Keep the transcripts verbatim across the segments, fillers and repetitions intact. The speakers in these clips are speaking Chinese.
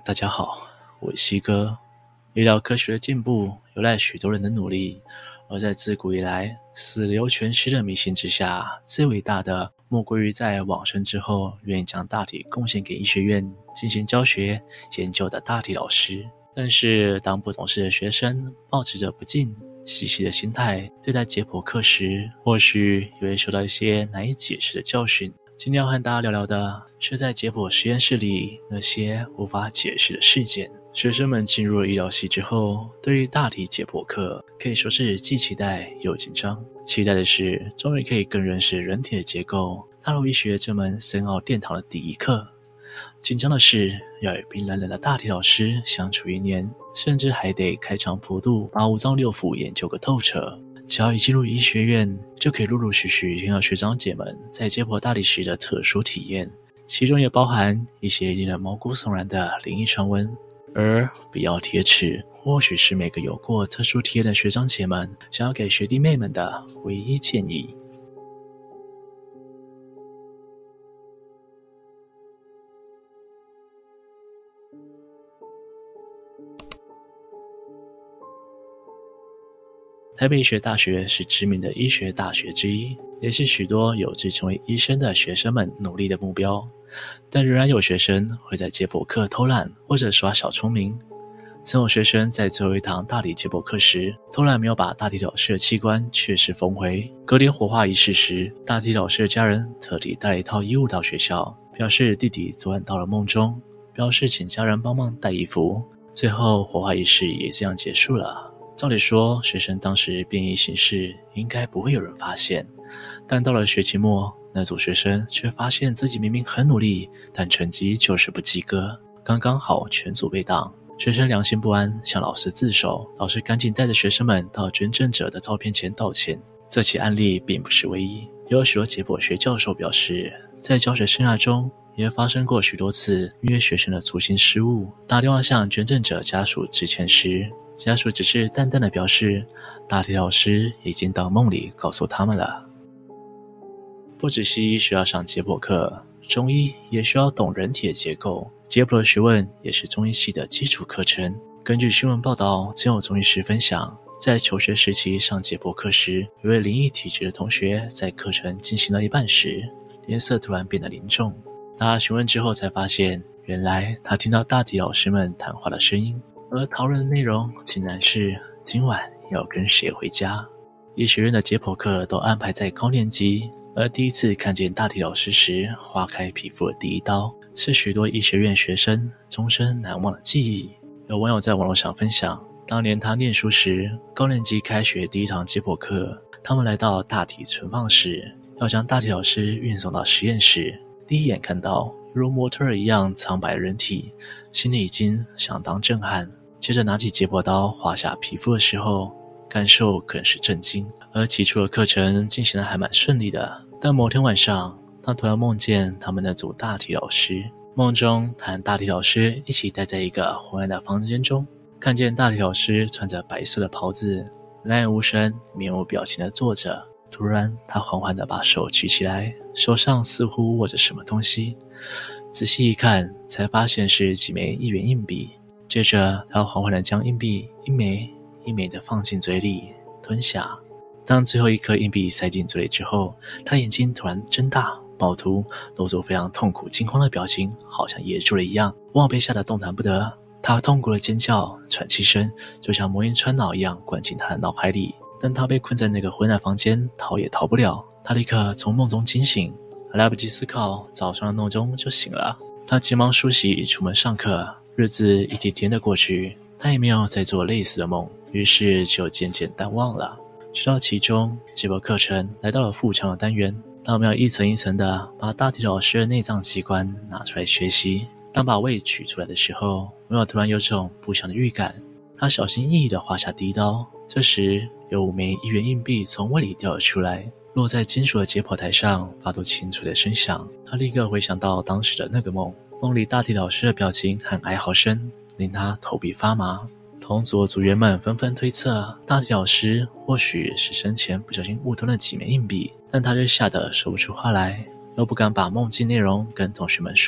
大家好，我是西哥。医疗科学的进步有赖许多人的努力，而在自古以来死流全尸的迷信之下，最伟大的莫过于在往生之后愿意将大体贡献给医学院进行教学研究的大体老师。但是当不懂事的学生抱持着不敬嬉戏的心态对待解剖课时，或许也会受到一些难以解释的教训。今天要和大家聊聊的是在解剖实验室里那些无法解释的事件。学生们进入了医疗系之后，对于大体解剖课可以说是既期待又紧张。期待的是终于可以更认识人体的结构，踏入医学这门深奥殿堂的第一课。紧张的是要与冰冷冷的大体老师相处一年，甚至还得开肠破肚把五脏六腑研究个透彻。只要一进入医学院，就可以陆陆续续听到学长姐们在解剖大体时的特殊体验，其中也包含一些令人毛骨悚然的灵异传闻。而不要铁齿，或许是每个有过特殊体验的学长姐们想要给学弟妹们的唯一建议。台北医学大学是知名的医学大学之一，也是许多有志成为医生的学生们努力的目标。但仍然有学生会在解剖课偷懒或者耍小聪明。曾有学生在最后一堂大体解剖课时，偷懒没有把大体老师的器官确实缝回。隔天火化仪式时，大体老师的家人特地带了一套衣物到学校，表示弟弟昨晚到了梦中，表示请家人帮忙带衣服。最后火化仪式也这样结束了。照理说，学生当时便衣行事，应该不会有人发现。但到了学期末，那组学生却发现自己明明很努力，但成绩就是不及格，刚刚好全组被当。学生良心不安，向老师自首，老师赶紧带着学生们到捐赠者的照片前道歉。这起案例并不是唯一，有许多解剖学教授表示，在教学生涯中也发生过许多次因为学生的粗心失误，打电话向捐赠者家属致歉时，家属只是淡淡的表示，大体老师已经到梦里告诉他们了。不止西医需要上解剖课，中医也需要懂人体的结构。解剖的学问也是中医系的基础课程。根据新闻报道，曾有中医师分享，在求学时期上解剖课时，有位灵异体质的同学在课程进行到一半时，脸色突然变得凝重。大家询问之后才发现，原来他听到大体老师们谈话的声音，而讨论的内容竟然是今晚要跟谁回家。医学院的解剖课都安排在高年级，而第一次看见大体老师时划开皮肤的第一刀，是许多医学院学生终身难忘的记忆。有网友在网络上分享，当年他念书时，高年级开学第一堂解剖课，他们来到大体存放室，要将大体老师运送到实验室。第一眼看到如模特儿一样苍白的人体，心里已经相当震撼。接着拿起解剖刀划下皮肤的时候，感受更是震惊。而起初的课程进行得还蛮顺利的，但某天晚上，他突然梦见他们那组大体老师。梦中他和大体老师一起待在一个昏暗的房间中，看见大体老师穿着白色的袍子，两眼无神，面无表情地坐着。突然他缓缓地把手举起来，手上似乎握着什么东西，仔细一看才发现是几枚一元硬币。接着他缓缓地将硬币一枚一枚地放进嘴里吞下。当最后一颗硬币塞进嘴里之后，他眼睛突然睁大，暴突，露出非常痛苦惊慌的表情，好像噎住了一样，往被吓得动弹不得。他痛苦的尖叫喘气声就像魔音穿脑一样灌进他的脑海里，但他被困在那个昏暗房间，逃也逃不了。他立刻从梦中惊醒，还来不及思考，早上的闹钟就醒了。他急忙梳洗出门上课，日子一天天的过去，他也没有再做类似的梦，于是就渐渐淡忘了。直到其中解剖课程来到了腹腔的单元，当我们要一层一层的把大体老师的内脏器官拿出来学习，当把胃取出来的时候，我突然有种不祥的预感。他小心翼翼地划下第一刀，这时有五枚一元硬币从胃里掉了出来，落在金属的解剖台上，发出清脆的声响。他立刻回想到当时的那个梦，梦里大体老师的表情和哀嚎声令他头皮发麻。同组的组员们纷纷推测，大体老师或许是生前不小心误吞了几枚硬币，但他却吓得说不出话来，又不敢把梦境内容跟同学们说。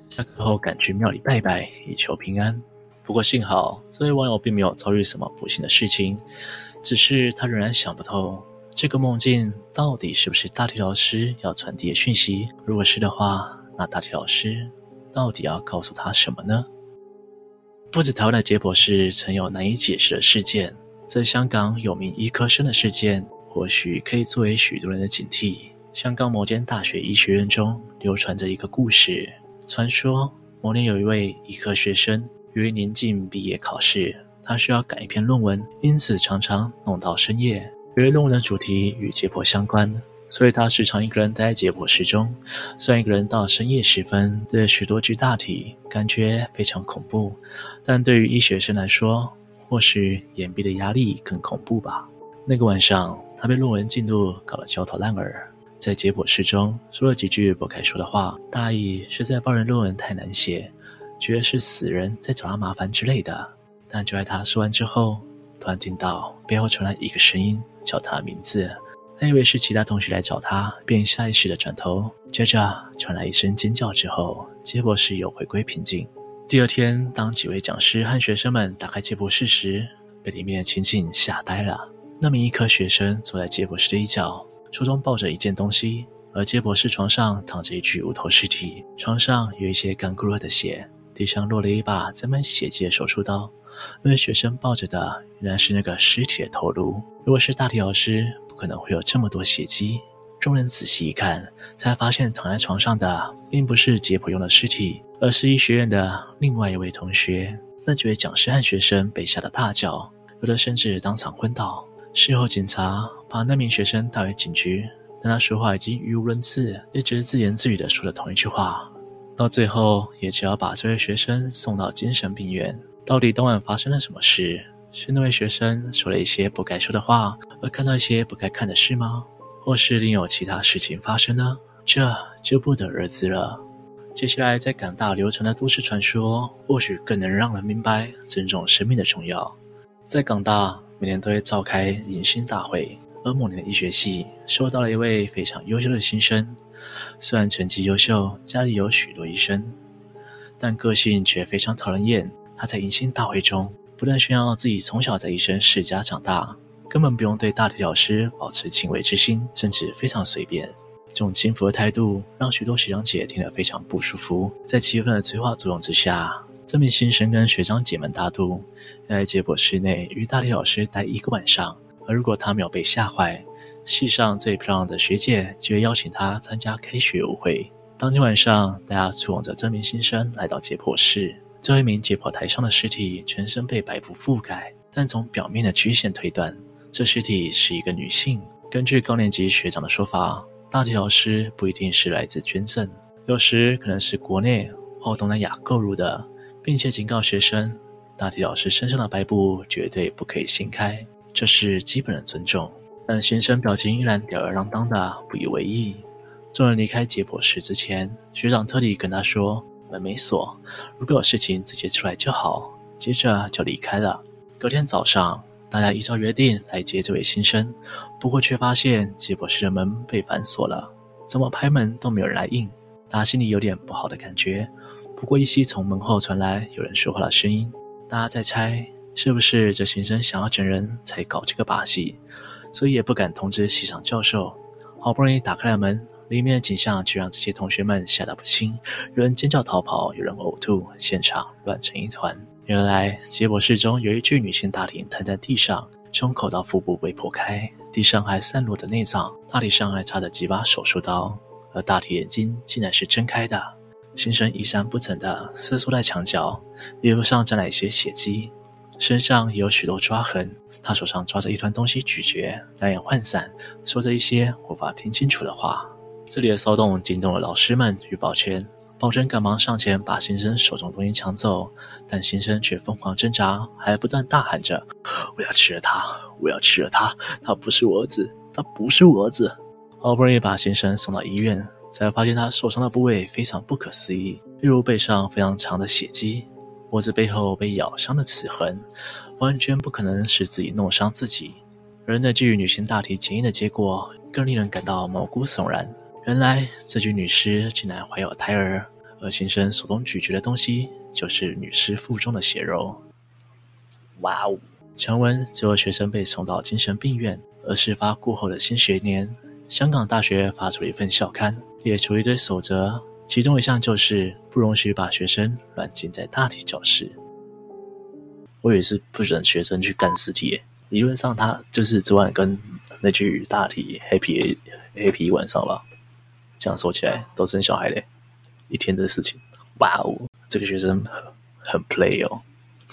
下课后赶去庙里拜拜，以求平安。不过幸好，这位网友并没有遭遇什么不幸的事情，只是他仍然想不透，这个梦境到底是不是大体老师要传递的讯息？如果是的话，那大体老师到底要告诉他什么呢？不止台湾的解剖室曾有难以解释的事件，在香港有名医科生的事件，或许可以作为许多人的警惕。香港某间大学医学院中流传着一个故事，传说某年有一位医科学生，由于临近毕业考试，他需要赶一篇论文，因此常常弄到深夜。由于论文的主题与解剖相关，所以他时常一个人待在解剖室中。虽然一个人到深夜时分对许多具大体感觉非常恐怖，但对于医学生来说，或许眼壁的压力更恐怖吧。那个晚上，他被论文进度搞得焦头烂额，在解剖室中说了几句不该说的话，大意是在抱怨论文太难写，觉得是死人在找他麻烦之类的。但就在他说完之后，突然听到背后传来一个声音叫他的名字，他以为是其他同学来找他，便下意识地转头，接着传来一声尖叫之后，解剖室又回归平静。第二天，当几位讲师和学生们打开解剖室时，被里面的情景吓呆了。那名医科学生坐在解剖室的一角，手中抱着一件东西，而解剖室床上躺着一具无头尸体，床上有一些干咕噜的血，地上落了一把沾满血迹的手术刀。那位学生抱着的原来是那个尸体的头颅，如果是大体老师，不可能会有这么多血迹。众人仔细一看，才发现躺在床上的并不是解剖用的尸体，而是医学院的另外一位同学。那几位讲师和学生被吓得大叫，有的甚至当场昏倒。事后警察把那名学生带回警局，但他说话已经语无伦次，一直自言自语地说着同一句话，到最后也只要把这位学生送到精神病院。到底当晚发生了什么事？是那位学生说了一些不该说的话，而看到一些不该看的事吗？或是另有其他事情发生呢？这就不得而知了。接下来在港大流传的都市传说，或许更能让人明白尊重生命的重要。在港大每年都会召开迎新大会，而某年的医学系收到了一位非常优秀的新生。虽然成绩优秀，家里有许多医生，但个性却非常讨人厌。他在迎新大会中不但炫耀自己从小在医生世家长大，根本不用对大体老师保持敬畏之心，甚至非常随便。这种轻浮的态度让许多学长姐听得非常不舒服。在气氛的催化作用之下，这名新生跟学长姐们打赌，要在解剖室内与大体老师待一个晚上，而如果他没有被吓坏，系上最漂亮的学姐就会邀请他参加开学舞会。当天晚上，大家簇拥着这名新生来到解剖室。最后一名解剖台上的尸体全身被白布覆盖，但从表面的曲线推断，这尸体是一个女性。根据高年级学长的说法，大体老师不一定是来自捐赠，有时可能是国内或东南亚购入的，并且警告学生，大体老师身上的白布绝对不可以掀开，这是基本的尊重。但先生表情依然吊儿郎当的不以为意。众人离开解剖室之前，学长特地跟他说，门没锁，如果有事情直接出来就好，接着就离开了。隔天早上，大家依照约定来接这位新生，不过却发现解剖室的门被反锁了，怎么拍门都没有人来应。大家心里有点不好的感觉，不过依稀从门后传来有人说话的声音，大家在猜是不是这新生想要整人才搞这个把戏，所以也不敢通知系上教授。好不容易打开了门，里面的景象却让这些同学们吓得不轻，有人尖叫逃跑，有人呕吐，现场乱成一团。原来解剖室中有一具女性大体瘫在地上，胸口到腹部被破开，地上还散落着内脏，大体上还插着几把手术刀，而大体眼睛竟然是睁开的。新生衣衫不整的瑟缩在墙角，衣服上沾了一些血迹，身上也有许多抓痕。他手上抓着一团东西咀嚼，两眼涣散，说着一些无法听清楚的话。这里的骚动惊动了老师们与保全，保全赶忙上前把新生手中东西抢走，但新生却疯狂挣扎，还不断大喊着，我要吃了他，我要吃了他，他不是我儿子，他不是我儿子。好不容易把新生送到医院，才发现他受伤的部位非常不可思议，例如背上非常长的血迹，脖子背后被咬伤的齿痕，完全不可能是自己弄伤自己。而那具女性大体检验的结果更令人感到毛骨悚然，原来这具女尸竟然怀有胎儿， 而新生手中咀嚼的东西就是女尸腹中的血肉。哇哦！传闻只有学生被送到精神病院，而事发过后的新学年，香港大学发出了一份校刊，列出一堆守则，其中一项就是不容许把学生软禁在大体教室。我以为是不准学生去干尸体耶，理论上他就是昨晚跟那具大体 happy happy 一晚上吧。这样说起来都生小孩嘞，一天的事情。哇哦，这个学生很很 play 哦。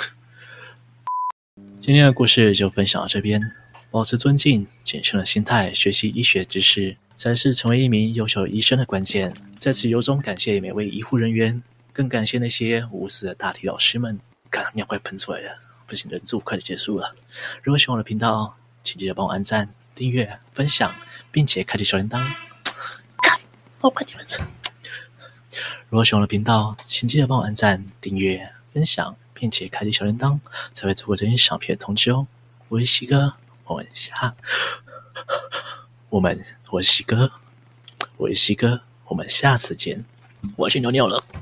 今天的故事就分享到这边，保持尊敬、谨慎的心态学习医学知识，才是成为一名优秀医生的关键。在此由衷感谢每位医护人员，更感谢那些无私的大体老师们。看，尿快喷出来了，不行，忍住，快点结束了。如果喜欢我的频道，请记得帮我按赞、订阅、分享，并且开启小铃铛。看，我快点分享。如果喜欢我的频道，请记得帮我按赞、订阅、分享，并且开启小铃铛，才会错过这些赏片通知哦。我是西哥，我们下，我们我是西哥，我是西哥，我们下次见。我要去尿尿了。